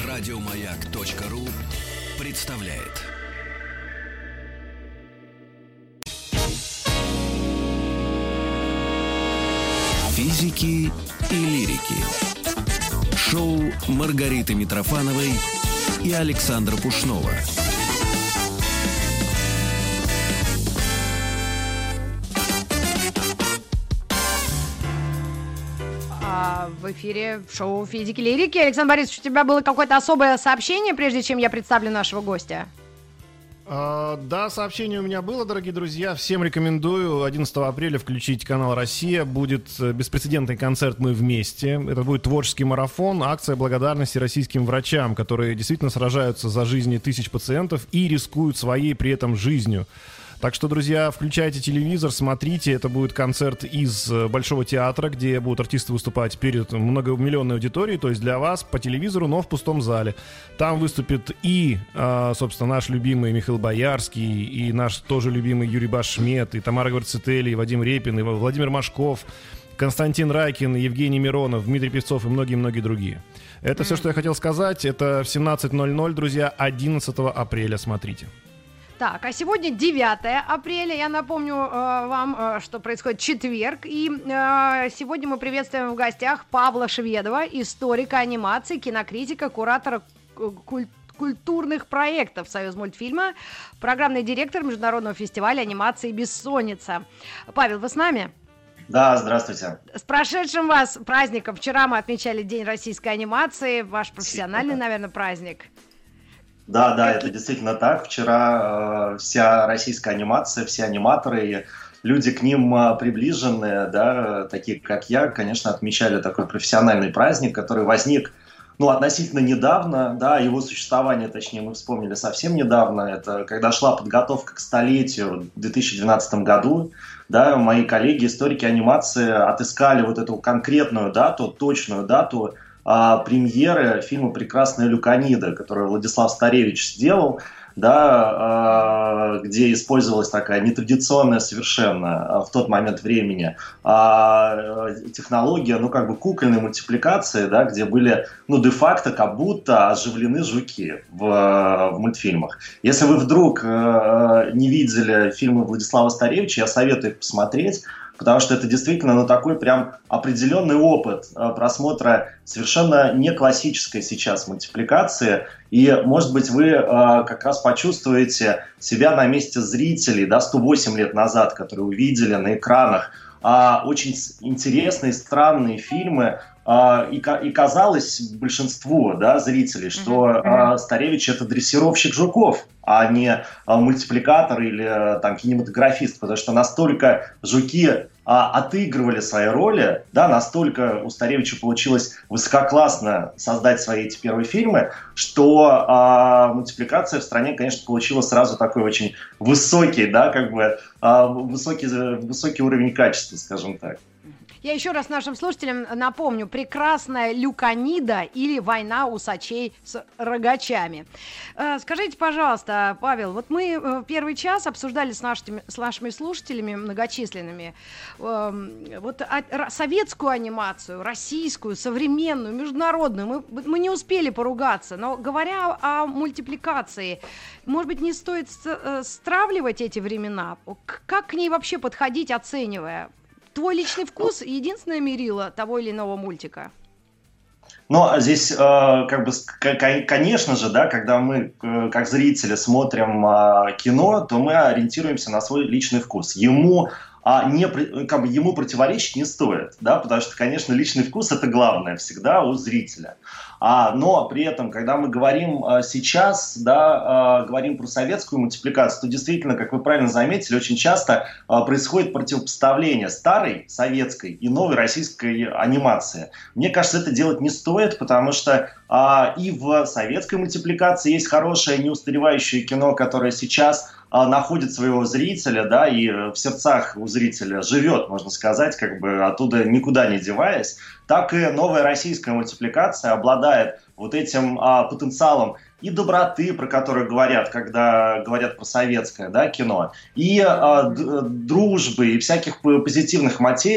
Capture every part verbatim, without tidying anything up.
Радиомаяк.ру представляет. Физики и лирики. Шоу Маргариты Митрофановой и Александра Пушнова. В эфире шоу «Физики и лирики». Александр Борисович, у тебя было какое-то особое сообщение, прежде чем я представлю нашего гостя? А, да, сообщение у меня было, дорогие друзья. Всем рекомендую одиннадцатого апреля включить канал «Россия». Будет беспрецедентный концерт «Мы вместе». Это будет творческий марафон, акция благодарности российским врачам, которые действительно сражаются за жизни тысяч пациентов и рискуют своей при этом жизнью. Так что, друзья, включайте телевизор, смотрите. Это будет концерт из Большого театра, где будут артисты выступать перед многомиллионной аудиторией, то есть для вас по телевизору, но в пустом зале. Там выступит и, собственно, наш любимый Михаил Боярский, и наш тоже любимый Юрий Башмет, и Тамара Гварцетели, и Вадим Репин, и Владимир Машков, Константин Райкин, Евгений Миронов, Дмитрий Певцов и многие-многие другие. Это все, что я хотел сказать. Это в семнадцать ноль ноль, друзья, одиннадцатого апреля. Смотрите. Так, а сегодня девятое апреля. Я напомню э, вам, э, что происходит четверг. И э, сегодня мы приветствуем в гостях Павла Шведова, историка анимации, кинокритика, куратора куль- культурных проектов Союзмультфильма, программный директор Международного фестиваля анимации «Бессонница». Павел, вы с нами? Да, здравствуйте. С прошедшим вас праздником. Вчера мы отмечали День российской анимации, ваш профессиональный, наверное, праздник. Да, да, это действительно так. Вчера э, вся российская анимация, все аниматоры, люди к ним э, приближенные, да, такие как я, конечно, отмечали такой профессиональный праздник, который возник, ну, относительно недавно, да, его существование, точнее, мы вспомнили совсем недавно. Это когда шла подготовка к столетию в две тысячи двенадцатом году, да, мои коллеги, историки анимации отыскали вот эту конкретную дату, точную дату А, премьеры фильма «Прекрасная Люканида», которую Владислав Старевич сделал, да, а, где использовалась такая нетрадиционная совершенно а, в тот момент времени а, технология, ну, как бы кукольной мультипликации, да, где были, ну, де-факто как будто оживлены жуки в, в мультфильмах. Если вы вдруг а, не видели фильмы Владислава Старевича, я советую их посмотреть, потому что это действительно, ну, такой прям определенный опыт э, просмотра совершенно не классической сейчас мультипликации. И, может быть, вы э, как раз почувствуете себя на месте зрителей, да, сто восемь лет назад, которые увидели на экранах э, очень интересные, странные фильмы. Uh, и, и казалось большинству, да, зрителей, что uh, Старевич — это дрессировщик жуков, а не uh, мультипликатор или uh, там, кинематографист, потому что настолько жуки uh, отыгрывали свои роли, да, настолько у Старевича получилось высококлассно создать свои эти первые фильмы, что uh, мультипликация в стране, конечно, получила сразу такой очень высокий, да, как бы uh, высокий, высокий уровень качества, скажем так. Я еще раз нашим слушателям напомню: «Прекрасная Люканида» или «Война усачей с рогачами». Скажите, пожалуйста, Павел, вот мы первый час обсуждали с нашими, с нашими слушателями многочисленными вот советскую анимацию, российскую, современную, международную. Мы, мы не успели поругаться, но говоря о мультипликации, может быть, не стоит стравливать эти времена? Как к ней вообще подходить, оценивая? Твой личный вкус — единственное мерило того или иного мультика? Ну, здесь, э, как бы, к- конечно же, да, когда мы, э, как зрители, смотрим э, кино, то мы ориентируемся на свой личный вкус. Ему, а не, как бы, ему противоречить не стоит, да, потому что, конечно, личный вкус — это главное всегда у зрителя. А, но при этом, когда мы говорим а, сейчас, да, а, говорим про советскую мультипликацию, то действительно, как вы правильно заметили, очень часто а, происходит противопоставление старой советской и новой российской анимации. Мне кажется, это делать не стоит, потому что а, и в советской мультипликации есть хорошее неустаревающее кино, которое сейчас а, находит своего зрителя, да, и в сердцах у зрителя живет, можно сказать, как бы оттуда никуда не деваясь. Так и новая российская мультипликация обладает вот этим а, потенциалом и доброты, про которую говорят, когда говорят про советское, да, кино, и а, д- дружбы, и всяких позитивных материй.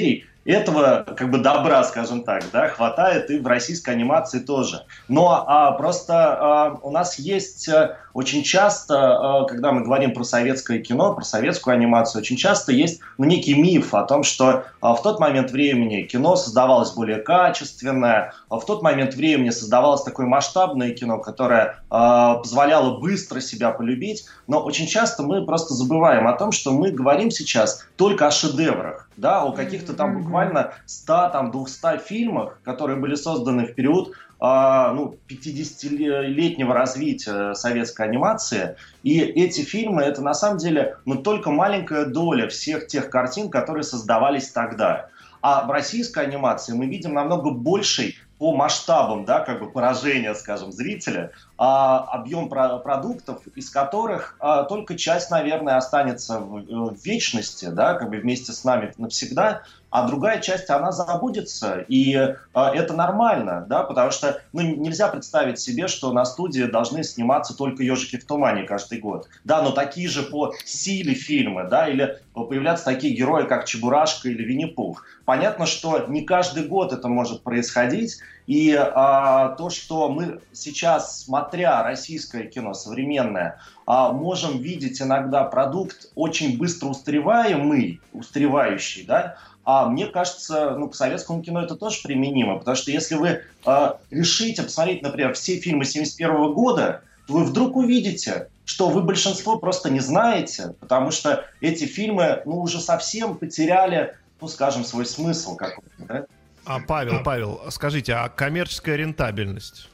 этого как бы добра, скажем так, да, хватает и в российской анимации тоже. Но а, просто а, у нас есть а, очень часто, а, когда мы говорим про советское кино, про советскую анимацию, очень часто есть ну, некий миф о том, что а, в тот момент времени кино создавалось более качественное, а в тот момент времени создавалось такое масштабное кино, которое а, позволяло быстро себя полюбить. Но очень часто мы просто забываем о том, что мы говорим сейчас только о шедеврах, да, о каких-то там буквально ста, там, двухстах фильмах, которые были созданы в период а, ну, пятидесятилетнего развития советской анимации. И эти фильмы, это на самом деле ну, только маленькая доля всех тех картин, которые создавались тогда. А в российской анимации мы видим намного больший по масштабам, да, как бы поражения, скажем, зрителя, а, объем про- продуктов, из которых а, только часть, наверное, останется в, в вечности, да, как бы вместе с нами навсегда, а другая часть, она забудется, и а, это нормально, да, потому что ну, нельзя представить себе, что на студии должны сниматься только «Ежики в тумане» каждый год, да, но такие же по силе фильмы, да, или появляться такие герои, как Чебурашка или Винни-Пух. Понятно, что не каждый год это может происходить, и а, то, что мы сейчас, смотря российское кино современное, а, можем видеть иногда продукт очень быстро устареваемый, устаревающий, да, а мне кажется, ну, к советскому кино это тоже применимо, потому что если вы а, решите посмотреть, например, все фильмы семьдесят первого года, то вы вдруг увидите, что вы большинство просто не знаете, потому что эти фильмы, ну, уже совсем потеряли, ну, скажем, свой смысл какой-то, да? А, Павел, Павел, скажите, а коммерческая рентабельность?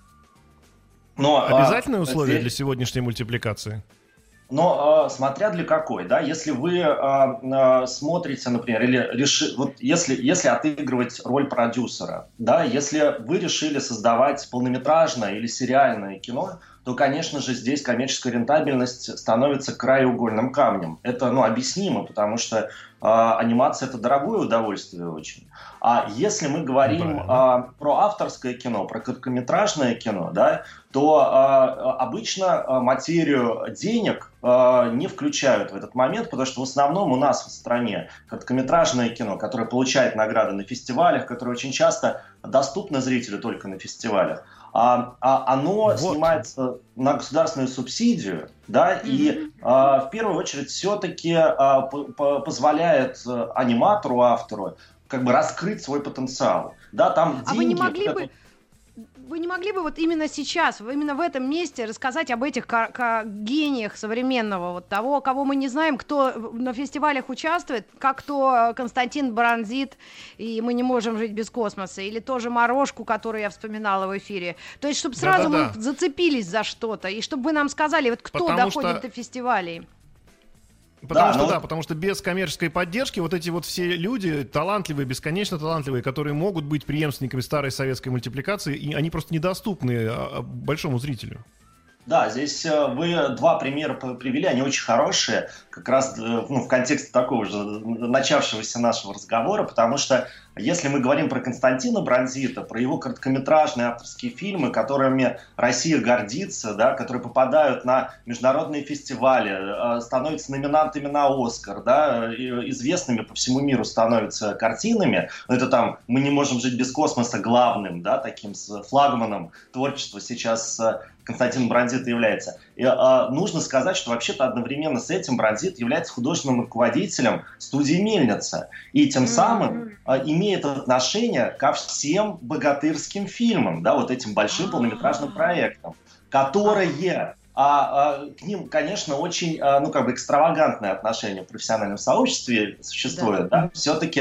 Но, обязательное а, условие здесь... для сегодняшней мультипликации? Но э, смотря для какой, да, если вы э, э, смотрите, например, или реши, вот если, если отыгрывать роль продюсера, да, если вы решили создавать полнометражное или сериальное кино, то, конечно же, здесь коммерческая рентабельность становится краеугольным камнем. Это, ну, объяснимо, потому что э, анимация – это дорогое удовольствие очень. А если мы говорим э, про авторское кино, про короткометражное кино, да, то э, обычно э, материю денег э, не включают в этот момент, потому что в основном у нас в стране короткометражное кино, которое получает награды на фестивалях, которое очень часто доступно зрителю только на фестивалях, а, а оно вот. снимается на государственную субсидию, да, mm-hmm. и а, в первую очередь все-таки а, по- по- позволяет аниматору, автору как бы раскрыть свой потенциал. Да, там а деньги, вы не могли это... бы... Вы не могли бы вот именно сейчас, именно в этом месте рассказать об этих ка- ка- гениях современного, вот того, кого мы не знаем, кто на фестивалях участвует, как то Константин Бронзит и «Мы не можем жить без космоса», или тоже Морошку, которую я вспоминала в эфире. То есть, чтобы сразу Да-да-да. мы зацепились за что-то, и чтобы вы нам сказали, вот кто Потому доходит что... до фестивалей. Потому да, что, ну... да, потому что без коммерческой поддержки вот эти вот все люди, талантливые, бесконечно талантливые, которые могут быть преемственниками старой советской мультипликации, и они просто недоступны большому зрителю. Да, здесь вы два примера привели, они очень хорошие, как раз ну, в контексте такого же начавшегося нашего разговора, потому что если мы говорим про Константина Бронзита, про его короткометражные авторские фильмы, которыми Россия гордится, да, которые попадают на международные фестивали, становятся номинантами на Оскар, да, известными по всему миру становятся картинами, это там «Мы не можем жить без космоса» главным, да, таким флагманом творчества сейчас Константин Бронзит является. И, а, нужно сказать, что вообще-то одновременно с этим Бронзит является художественным руководителем студии «Мельница». И тем самым а, имеет отношение ко всем богатырским фильмам, да, вот этим большим полнометражным проектам, которые... А, а к ним, конечно, очень, а, ну, как бы экстравагантное отношение в профессиональном сообществе существует, да. Да? Все-таки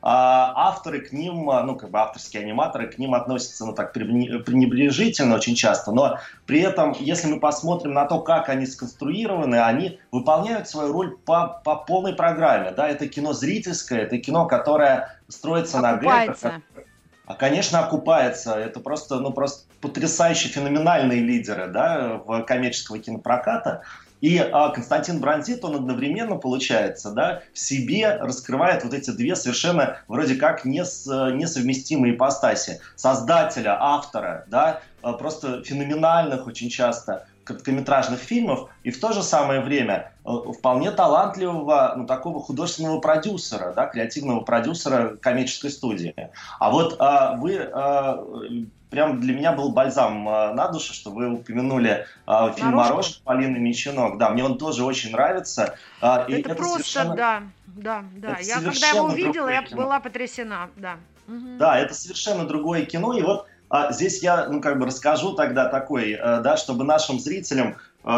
а, авторы к ним, ну, как бы авторские аниматоры к ним относятся, ну, так пренебрежительно очень часто, но при этом, если мы посмотрим на то, как они сконструированы, они выполняют свою роль по, по полной программе, да, это кино зрительское, это кино, которое строится Окупается. на греках. А, конечно, окупается. Это просто, ну, просто потрясающие, феноменальные лидеры, да, в коммерческого кинопроката. И а, Константин Бронзит, он одновременно, получается, да, в себе раскрывает вот эти две совершенно вроде как нес, несовместимые ипостаси. Создателя, автора, да, просто феноменальных очень часто короткометражных фильмов, и в то же самое время э, вполне талантливого, ну, такого художественного продюсера, да, креативного продюсера коммерческой студии. А вот э, вы... Э, Прям для меня был бальзам э, на душу, что вы упомянули э, фильм «Морошка» Полины Мещанок. Да, мне он тоже очень нравится. Э, это, это просто, совершенно... да, да, да. Я когда его увидела, я кино. была потрясена, да. Угу. Да, это совершенно другое кино. И вот а, здесь я, ну, как бы расскажу тогда такой, э, да, чтобы нашим зрителям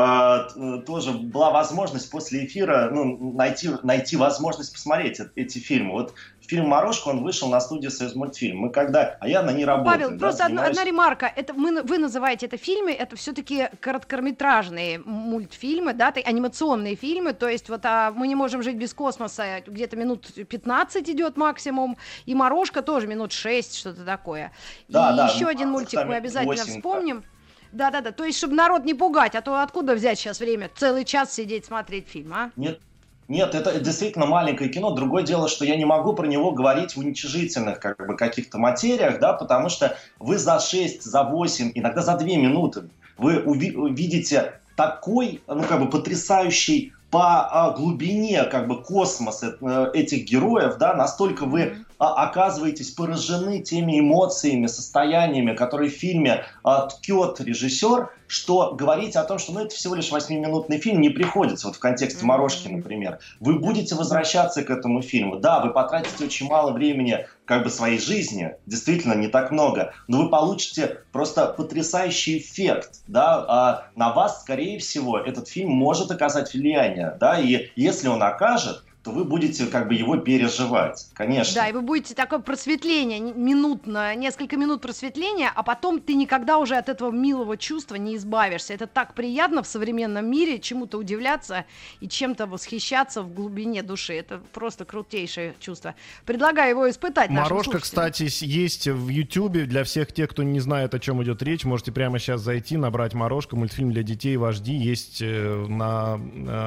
э, тоже была возможность после эфира, ну, найти, найти возможность посмотреть эти фильмы. Вот фильм «Морошка», он вышел на студии «Союзмультфильм». Мы когда... А я на ней работаю. Павел, да, просто занимаюсь... одна, одна ремарка. Это мы, вы называете это фильмы, это все-таки короткометражные мультфильмы, да, анимационные фильмы. То есть вот а, «Мы не можем жить без космоса» где-то минут пятнадцать идет максимум. И «Морошка» тоже минут шесть, что-то такое. Да, и да, еще ну, один мультик мы обязательно восемь, вспомним. Да. Да-да-да, то есть, чтобы народ не пугать, а то откуда взять сейчас время целый час сидеть смотреть фильм, а? Нет. Нет, это действительно маленькое кино. Другое дело, что я не могу про него говорить в уничижительных как бы, каких-то материях, да, потому что вы за шесть, за восемь, иногда за две минуты вы уви- увидите такой, ну, как бы, потрясающий по а, глубине как бы, космоса э, этих героев, да, настолько вы mm-hmm. а, оказываетесь поражены теми эмоциями, состояниями, которые в фильме а, ткет режиссер, что говорить о том, что ну, это всего лишь восьмиминутный фильм, не приходится. Вот в контексте mm-hmm. «Морошки», например. Вы будете возвращаться к этому фильму. Да, вы потратите очень мало времени как бы своей жизни, действительно не так много, но вы получите просто потрясающий эффект. Да? А на вас, скорее всего, этот фильм может оказать влияние. Да? И если он окажет, то вы будете как бы его переживать, конечно. Да, и вы будете такое просветление, минутно, несколько минут просветления, а потом ты никогда уже от этого милого чувства не избавишься. Это так приятно в современном мире чему-то удивляться и чем-то восхищаться в глубине души. Это просто крутейшее чувство. Предлагаю его испытать нашим «Морошка», кстати, есть в Ютьюбе. Для всех тех, кто не знает, о чем идет речь, можете прямо сейчас зайти, набрать «Морошка», мультфильм для детей в эйч ди, есть на,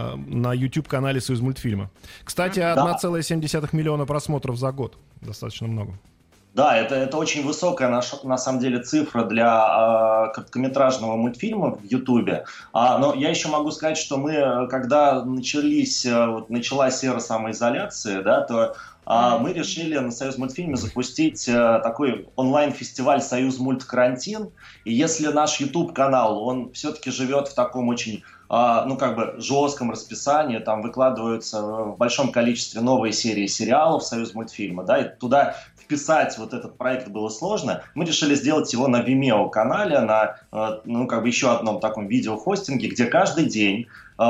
на YouTube-канале «Союзмультфильма». Кстати, одна целая семь десятых миллиона просмотров за год. Достаточно много. Да, это, это очень высокая, на, на самом деле, цифра для э, короткометражного мультфильма в Ютубе. А, но я еще могу сказать, что мы, когда начались, вот, началась эра самоизоляции, да, то а, мы решили на «Союзмультфильме» запустить а, такой онлайн-фестиваль «Союзмульткарантин». И если наш YouTube-канал, он все-таки живет в таком очень... ну, как бы, жестком расписании, там выкладываются в большом количестве новые серии сериалов «Союзмультфильма», да, и туда вписать вот этот проект было сложно. Мы решили сделать его на Vimeo канале, на, ну, как бы, еще одном таком видеохостинге, где каждый день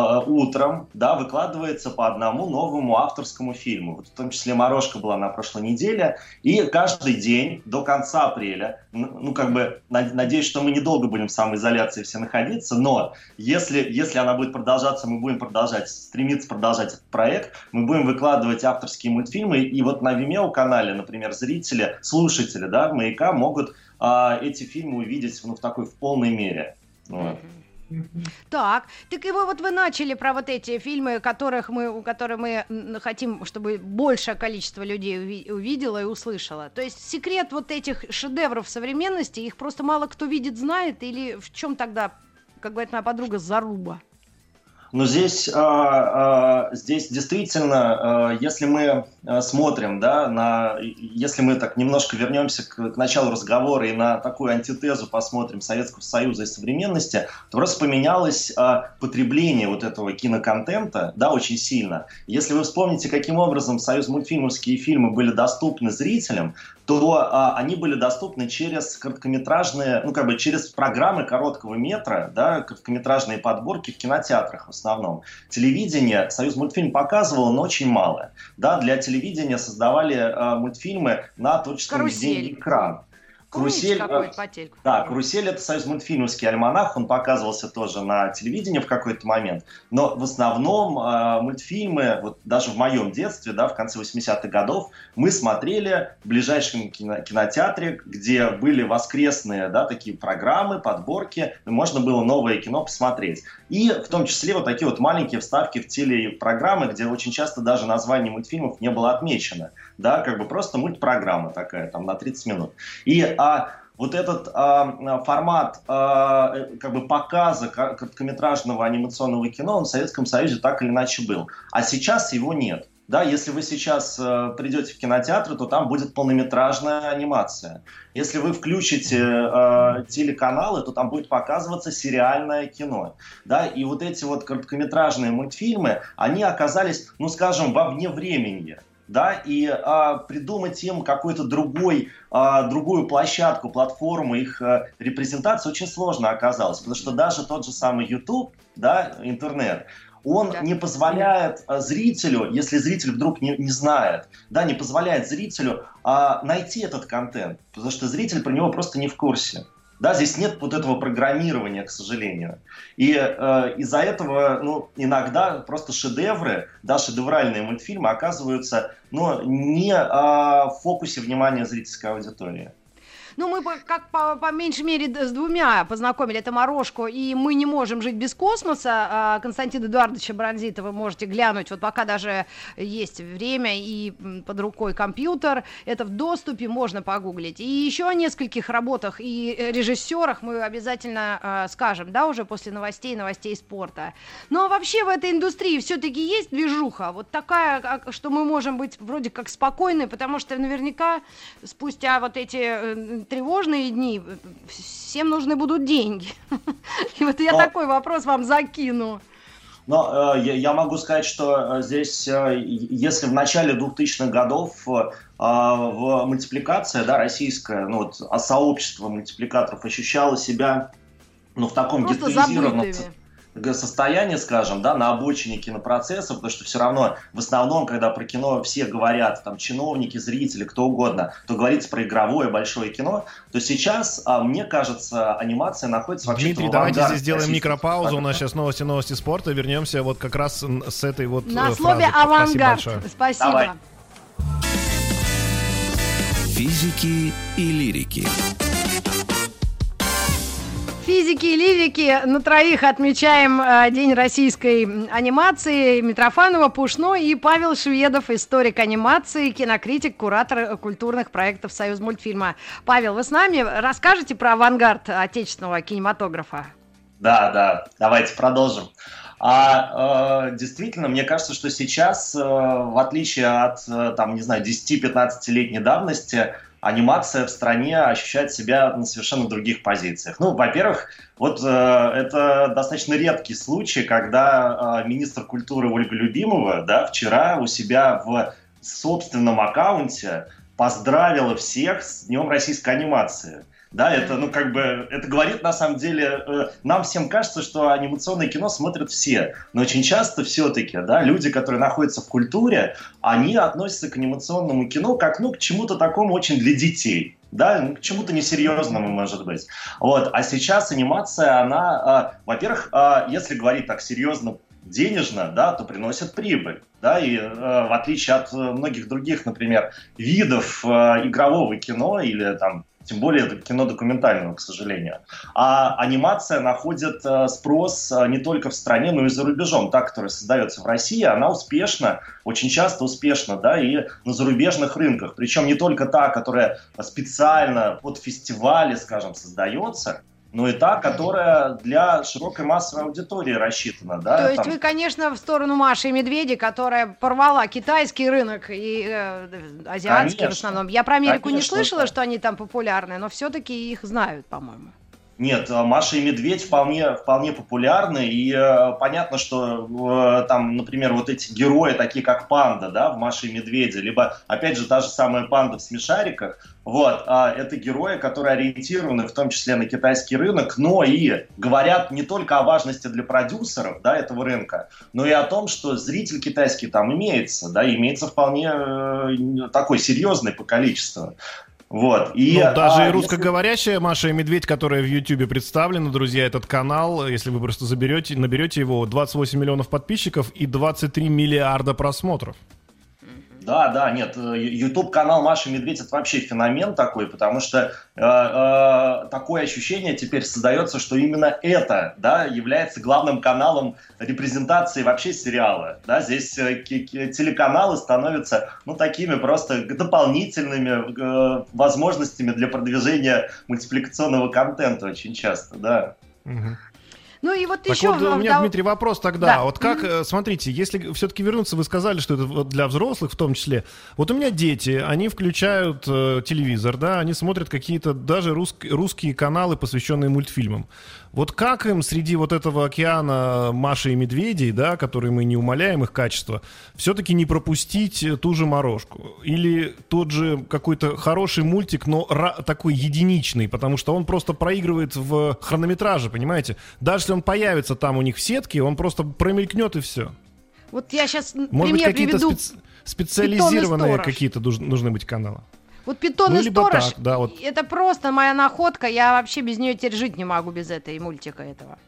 утром, да, выкладывается по одному новому авторскому фильму. Вот в том числе «Морошка» была на прошлой неделе. И каждый день до конца апреля, ну, как бы, надеюсь, что мы недолго будем в самоизоляции все находиться, но если, если она будет продолжаться, мы будем продолжать, стремиться продолжать этот проект, мы будем выкладывать авторские мультфильмы. И вот на Vimeo канале, например, зрители, слушатели, да, «Маяка» могут а, эти фильмы увидеть, ну, в такой, в полной мере. Вот. Так, так и вы вот вы начали про вот эти фильмы, которых мы, которые мы хотим, чтобы большее количество людей уви- увидело и услышало. То есть секрет вот этих шедевров современности, их просто мало кто видит, знает, или в чем тогда, как говорит моя подруга, заруба? Но здесь, э, э, здесь действительно, э, если мы э, смотрим, да, на, если мы так немножко вернемся к, к началу разговора и на такую антитезу посмотрим Советского Союза и современности, то просто поменялось э, потребление вот этого киноконтента, да, очень сильно. Если вы вспомните, каким образом союзмультфильмовские фильмы были доступны зрителям, то а, они были доступны через короткометражные, ну, как бы через программы короткого метра, да, короткометражные подборки в кинотеатрах в основном. Телевидение Союзмультфильм показывало, но очень мало. Да, для телевидения создавали а, мультфильмы на творческом ведении «Экран». «Карусель», да, «Карусель» — это союзмультфильмовский альманах, он показывался тоже на телевидении в какой-то момент, но в основном э, мультфильмы, вот даже в моем детстве, да, в конце восьмидесятых годов, мы смотрели в ближайшем кино- кинотеатре, где были воскресные, да, такие программы, подборки, и можно было новое кино посмотреть. И в том числе вот такие вот маленькие вставки в телепрограммы, где очень часто даже название мультфильмов не было отмечено, да, как бы просто мультпрограмма такая, там, на тридцать минут. И А вот этот э, формат э, как бы показа короткометражного анимационного кино, он в Советском Союзе так или иначе был. А сейчас его нет. Да, если вы сейчас э, придете в кинотеатры, то там будет полнометражная анимация. Если вы включите э, телеканалы, то там будет показываться сериальное кино. Да, и вот эти вот короткометражные мультфильмы, они оказались, ну скажем, во вне времени. Да, и э, придумать им какую-то другой, э, другую площадку, платформу, их э, репрезентации очень сложно оказалось. Потому что даже тот же самый YouTube, да, интернет, он да. не позволяет а, зрителю, если зритель вдруг не, не знает, да, не позволяет зрителю а, найти этот контент, потому что зритель про него просто не в курсе. Да, здесь нет вот этого программирования, к сожалению. И э, из-за этого, ну, иногда просто шедевры, да, шедевральные мультфильмы оказываются, ну, не э, в фокусе внимания зрительской аудитории. Ну, мы по, как по, по меньшей мере с двумя познакомили, это «Морошку» и «Мы не можем жить без космоса». Константина Эдуардовича Бронзита вы можете глянуть, вот пока даже есть время и под рукой компьютер, это в доступе, можно погуглить. И еще о нескольких работах и режиссерах мы обязательно э, скажем, да, уже после новостей, новостей спорта. Ну, а вообще в этой индустрии все-таки есть движуха, вот такая, что мы можем быть вроде как спокойны, потому что наверняка спустя вот эти тревожные дни всем нужны будут деньги. И вот я Но... такой вопрос вам закину. Но э, я могу сказать, что здесь, э, если в начале двухтысячных годов э, в мультипликация, да, российская, ну вот, а сообщество мультипликаторов ощущало себя, ну, в таком героизированном состоянии, скажем, да, на обочине кинопроцесса, потому что все равно в основном, когда про кино все говорят, там, чиновники, зрители, кто угодно, то говорится про игровое большое кино, то сейчас, а, мне кажется, анимация находится вообще... Дмитрий, давайте здесь сделаем микропаузу, у нас сейчас новости, новости спорта, вернемся вот как раз с этой вот на фразы. слове «авангард». Спасибо. Спасибо. Давай. Физики и лирики. Физики и лирики, на троих отмечаем э, День российской анимации. Митрофанова, Пушной и Павел Шведов, историк анимации, кинокритик, куратор культурных проектов Союзмультфильма. Павел, вы с нами? Расскажете про авангард отечественного кинематографа? Да, да, давайте продолжим. А, э, действительно, мне кажется, что сейчас, э, в отличие от, э, там, не знаю, десяти-пятнадцатилетней давности, анимация в стране ощущает себя на совершенно других позициях. Ну, во-первых, вот э, это достаточно редкий случай, когда э, министр культуры Ольга Любимова, да, вчера у себя в собственном аккаунте поздравила всех с Днем российской анимации. Да, это, ну, как бы, это говорит, на самом деле, э, нам всем кажется, что анимационное кино смотрят все, но очень часто все-таки, да, люди, которые находятся в культуре, они относятся к анимационному кино как, ну, к чему-то такому очень для детей, да, ну, к чему-то несерьезному, может быть. Вот, а сейчас анимация, она, э, во-первых, э, если говорить так серьезно, денежно, да, то приносит прибыль. Да, и э, в отличие от многих других, например, видов э, игрового кино или там, тем более кино документального, к сожалению. А анимация находит э, спрос э, не только в стране, но и за рубежом. Та, которая создается в России, она успешна, очень часто успешна, да, и на зарубежных рынках. Причем не только та, которая специально под фестивали, скажем, создается, но и та, которая для широкой массовой аудитории рассчитана. Да, То есть там... вы, конечно, в сторону Маши и Медведя, которая порвала китайский рынок и э, азиатский, конечно, в основном. Я про Америку, конечно, не слышала, да, что они там популярны, но все-таки их знают, по-моему. Нет, Маша и Медведь вполне, вполне популярны, и э, понятно, что э, там, например, вот эти герои, такие как Панда, да, в Маше и Медведе, либо, опять же, та же самая Панда в Смешариках, вот, а это герои, которые ориентированы в том числе на китайский рынок, но и говорят не только о важности для продюсеров, да, этого рынка, но и о том, что зритель китайский там имеется, да, имеется вполне э, такой серьезный по количеству. Вот. И, ну, даже а, и русскоговорящая если... Маша и Медведь, которая в Ютьюбе представлена, друзья, этот канал, если вы просто заберете, наберете его, двадцать восемь миллионов подписчиков и двадцать три миллиарда просмотров. Да, да, нет, YouTube-канал Маша и Медведь — это вообще феномен такой, потому что э, э, такое ощущение теперь создается, что именно это, да, является главным каналом репрезентации вообще сериала. Да, здесь э, телеканалы становятся, ну, такими просто дополнительными э, возможностями для продвижения мультипликационного контента очень часто, да. Угу. Ну и вот так еще... вот, у меня, да... Дмитрий, вопрос тогда. Да. Вот как, mm-hmm. смотрите, если все-таки вернуться, вы сказали, что это для взрослых в том числе. Вот у меня дети, они включают э, телевизор, да, они смотрят какие-то даже рус... русские каналы, посвященные мультфильмам. Вот как им среди вот этого океана Маши и Медведей, да, которые мы не умаляем их качество, все-таки не пропустить ту же «Морошку»? Или тот же какой-то хороший мультик, но ра- такой единичный, потому что он просто проигрывает в хронометраже, понимаете? Даже если он появится там у них в сетке, он просто промелькнет и все. Вот я сейчас Может пример быть, какие-то приведу. специ... специализированные какие-то нужны быть каналы. Вот «Питон ну, и сторож» так, да, вот. это просто моя находка, я вообще без нее теперь жить не могу, без этой мультика этого.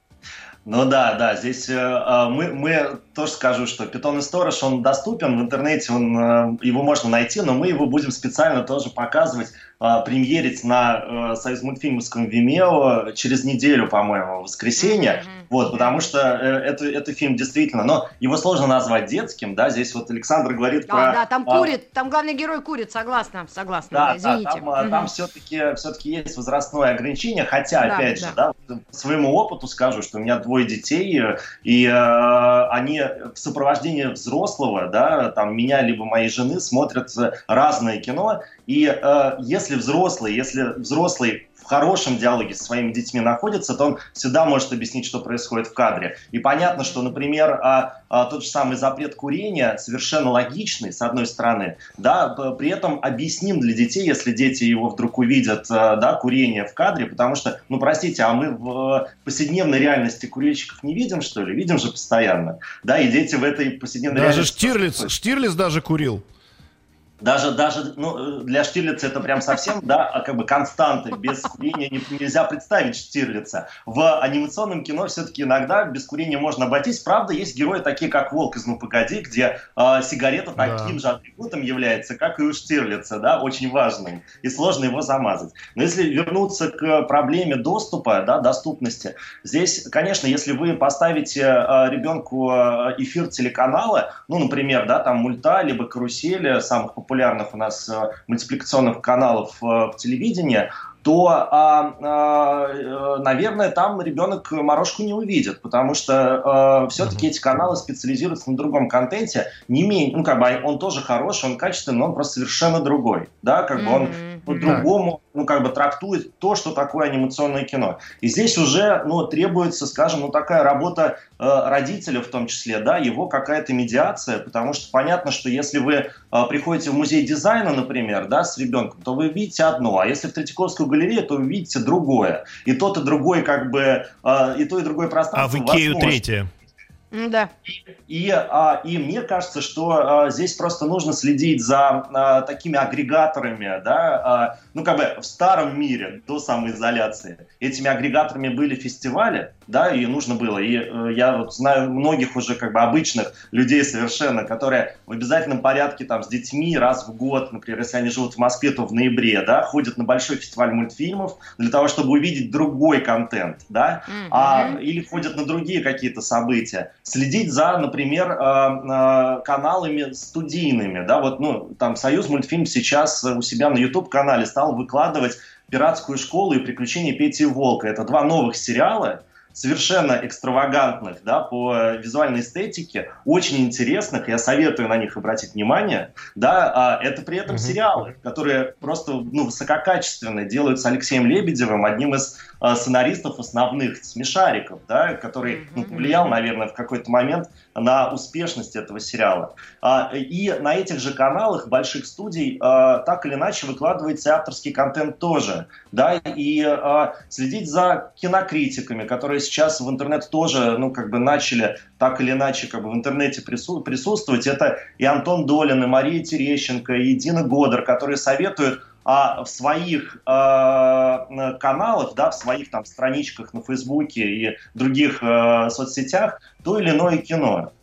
Ну да, да, здесь э, мы, мы тоже скажу, что «Питон и сторож», он доступен в интернете, он, э, его можно найти, но мы его будем специально тоже показывать, э, премьерить на э, Союзмультфильмовском Vimeo через неделю, по-моему, в воскресенье, mm-hmm. вот, потому что э, это, это фильм действительно, но его сложно назвать детским, да, здесь вот Александр говорит а, про... Да, там а, курит, там главный герой курит, согласна, согласна, да, да, извините. Да, там, mm-hmm. там все-таки, все-таки есть возрастное ограничение, хотя, да, опять да. же, да, по своему опыту скажу, что у меня двое детей, и э, они в сопровождении взрослого, да, там, меня либо моей жены смотрят разное кино, и э, если взрослый, если взрослый в хорошем диалоге со своими детьми находится, то он всегда может объяснить, что происходит в кадре. И понятно, что, например, а, а, тот же самый запрет курения совершенно логичный, с одной стороны, да, при этом объясним для детей, если дети его вдруг увидят, да, курение в кадре, потому что, ну, простите, а мы в повседневной реальности курильщиков не видим, что ли? Видим же постоянно, да, и дети в этой повседневной даже реальности... Даже Штирлиц, Штирлиц даже курил. Даже, даже ну, для Штирлица это прям совсем, да, как бы константа, без курения не, нельзя представить Штирлица. В анимационном кино все-таки иногда без курения можно обойтись. Правда, есть герои такие, как «Волк из «Ну, погоди», где э, сигарета таким да. же атрибутом является, как и у Штирлица, да, очень важным, и сложно его замазать. Но если вернуться к проблеме доступа, да, доступности, здесь, конечно, если вы поставите э, ребенку эфир телеканала, ну, например, да, там «Мульта», либо «Карусели», самых популярных популярных у нас э, мультипликационных каналов э, в телевидении, то, а, а, наверное, там ребенок «Морошку» не увидит, потому что а, все-таки эти каналы специализируются на другом контенте, не менее, ну, как бы он тоже хороший, он качественный, но он просто совершенно другой, да, как бы он по-другому, ну, как бы трактует то, что такое анимационное кино. И здесь уже, ну, требуется, скажем, ну, такая работа э, родителя в том числе, да, его какая-то медиация, потому что понятно, что если вы э, приходите в музей дизайна, например, да, с ребенком, то вы видите одно, а если в Третьяковскую галерею, то вы видите другое. И тот, и другой, как бы, э, и то, и другое пространство. А в Икею третье. Да. И, и, а, и мне кажется, что а, здесь просто нужно следить за а, такими агрегаторами, да, а, ну, как бы в старом мире, до самоизоляции, этими агрегаторами были фестивали, да, и нужно было, и э, я вот знаю многих уже как бы обычных людей совершенно, которые в обязательном порядке там с детьми раз в год, например, если они живут в Москве, то в ноябре, да, ходят на большой фестиваль мультфильмов для того, чтобы увидеть другой контент, да, mm-hmm. а, или ходят на другие какие-то события. Следить за, например, каналами студийными, да, вот, ну, там Союзмультфильм сейчас у себя на YouTube-канале стал выкладывать «Пиратскую школу» и «Приключения Пети и Волка». Это два новых сериала, совершенно экстравагантных, да, по визуальной эстетике, очень интересных, я советую на них обратить внимание, да, а это при этом mm-hmm. сериалы, которые просто, ну, высококачественные, делаются Алексеем Лебедевым, одним из а, сценаристов основных «Смешариков», да, который, ну, повлиял, наверное, в какой-то момент на успешность этого сериала. А, и на этих же каналах больших студий а, так или иначе выкладывается авторский контент тоже, да, и а, следить за кинокритиками, которые сейчас в интернет тоже, ну, как бы начали так или иначе как бы в интернете прису- присутствовать. Это и Антон Долин, и Мария Терещенко, и Дина Годер, которые советуют а, в своих а, каналах, да, в своих там страничках на Фейсбуке и других а, соцсетях то или иное кино.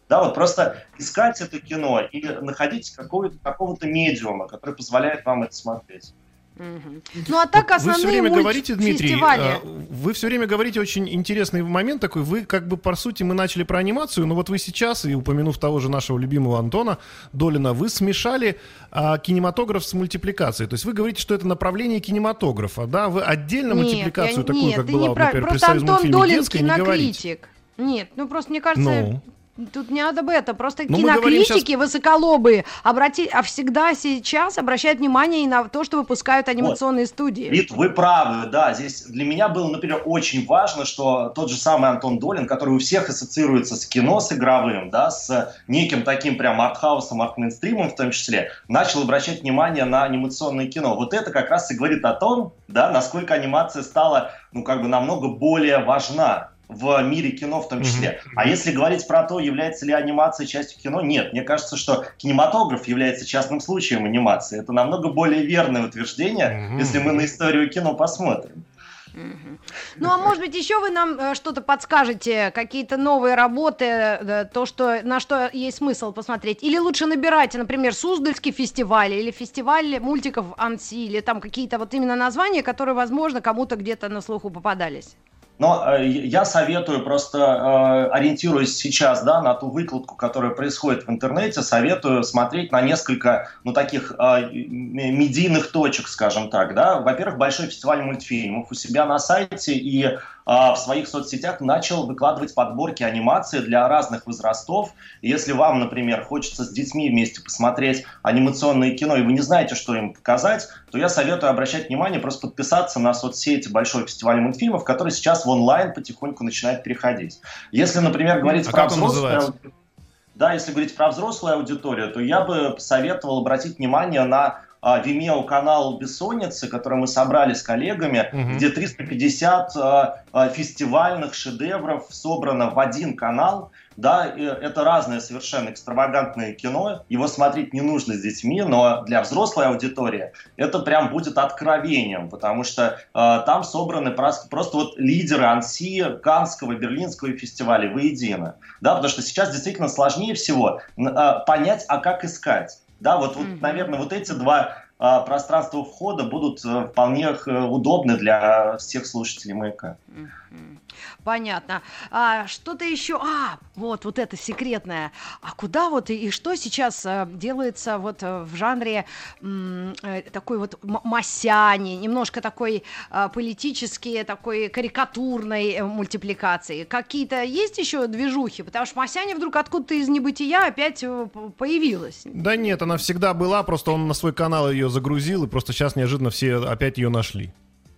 Да, вот просто искать это кино и находить какого-то медиума, который позволяет вам это смотреть. Угу. Ну а так основные вы все время говорите, Дмитрий, фестивали. Вы все время говорите очень интересный момент такой. Вы как бы по сути мы начали про анимацию, но вот вы сейчас, и упомянув того же нашего любимого Антона Долина, вы смешали а, кинематограф с мультипликацией. То есть вы говорите, что это направление кинематографа, да? Вы отдельно нет, мультипликацию я, такую, нет, как была, не вот, про... например, просто при союзном Антон фильме Долин «Детская», не говорите. кинокритик. Нет, ну просто мне кажется... Ну. Тут не надо об этом, просто Но кинокритики сейчас... высоколобые обрати... а всегда сейчас обращают внимание и на то, что выпускают анимационные вот. студии. Вит, вы правы, да, здесь для меня было, например, очень важно, что тот же самый Антон Долин, который у всех ассоциируется с кино, с игровым, да, с неким таким прям артхаусом, арт-мейнстримом в том числе, начал обращать внимание на анимационное кино. Вот это как раз и говорит о том, да, насколько анимация стала, ну, как бы намного более важна в мире кино в том числе. Mm-hmm. А если говорить про то, является ли анимация частью кино, нет. Мне кажется, что кинематограф является частным случаем анимации. Это намного более верное утверждение, mm-hmm. если мы на историю кино посмотрим. Mm-hmm. Ну, а может быть, еще вы нам э, что-то подскажете, какие-то новые работы, э, то, что, на что есть смысл посмотреть? Или лучше набирайте, например, Суздальский фестиваль или фестиваль мультиков Анси, или там какие-то вот именно названия, которые, возможно, кому-то где-то на слуху попадались? Но э, я советую, просто э, ориентируясь сейчас, да, на ту выкладку, которая происходит в интернете, советую смотреть на несколько, ну, таких э, медийных точек, скажем так, да. Во-первых, Большой фестиваль мультфильмов у себя на сайте и э, в своих соцсетях начал выкладывать подборки анимации для разных возрастов. И если вам, например, хочется с детьми вместе посмотреть анимационное кино, и вы не знаете, что им показать, то я советую обращать внимание, просто подписаться на соцсети Большой фестиваль мультфильмов, который сейчас в онлайн потихоньку начинает переходить. Если, например, говорить а про как он взрослую называется? Да, если говорить про взрослую аудиторию, то я бы посоветовал обратить внимание на а, Vimeo канал «Бессонницы», который мы собрали с коллегами, угу. где триста пятьдесят а, а, фестивальных шедевров собрано в один канал. Да, это разное совершенно экстравагантное кино, его смотреть не нужно с детьми, но для взрослой аудитории это прям будет откровением, потому что э, там собраны просто, просто вот лидеры Анси, Каннского, Берлинского фестиваля воедино. Да, потому что сейчас действительно сложнее всего э, понять, а как искать. Да, вот, вот mm-hmm. наверное, вот эти два э, пространства входа будут э, вполне э, удобны для всех слушателей «Маяка». Mm-hmm. Понятно. А, что-то еще? А, вот, вот это секретное. А куда вот и, и что сейчас а, делается вот а, в жанре м, а, такой вот м- масяни, немножко такой а, политический, такой карикатурной а, мультипликации? Какие-то есть еще движухи? Потому что масяня вдруг откуда-то из небытия опять а, появилась. Да нет, она всегда была, просто он на свой канал ее загрузил, и просто сейчас неожиданно все опять ее нашли.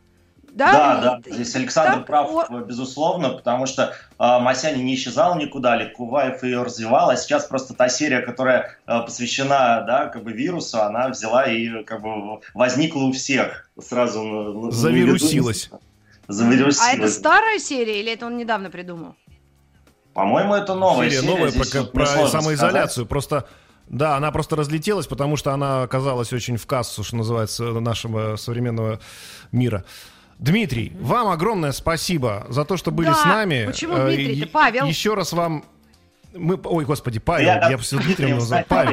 Да, да, да, здесь Александр так, прав, о... безусловно, потому что э, Масяня не исчезала никуда, Ликуваев ее развивал, а сейчас просто та серия, которая э, посвящена, да, как бы вирусу, она взяла и как бы возникла у всех сразу. Завирусилась. Завирусилась. А это старая серия или это он недавно придумал? По-моему, это новая серия. Серия новая здесь про, вот про сказать. самоизоляцию, просто... Да, она просто разлетелась, потому что она оказалась очень в кассу, что называется, нашего современного мира. Дмитрий, вам огромное спасибо за то, что были да, с нами. Почему Дмитрий? Е- Ты Павел? Еще раз вам... Мы... Ой, господи, Павел, Я, я все Дмитрием назвал. Павел.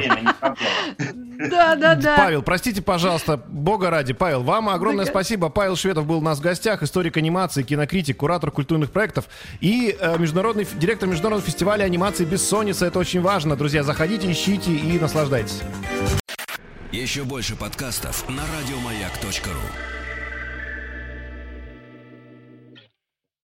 Да, да, да. Павел, простите, пожалуйста, бога ради. Павел, вам огромное да, спасибо. Павел Шведов был у нас в гостях, историк анимации, кинокритик, куратор культурных проектов и э, международный, директор международного фестиваля анимации «Бессонница». Это очень важно. Друзья, заходите, ищите и наслаждайтесь. Еще больше подкастов на радиомаяк точка ру.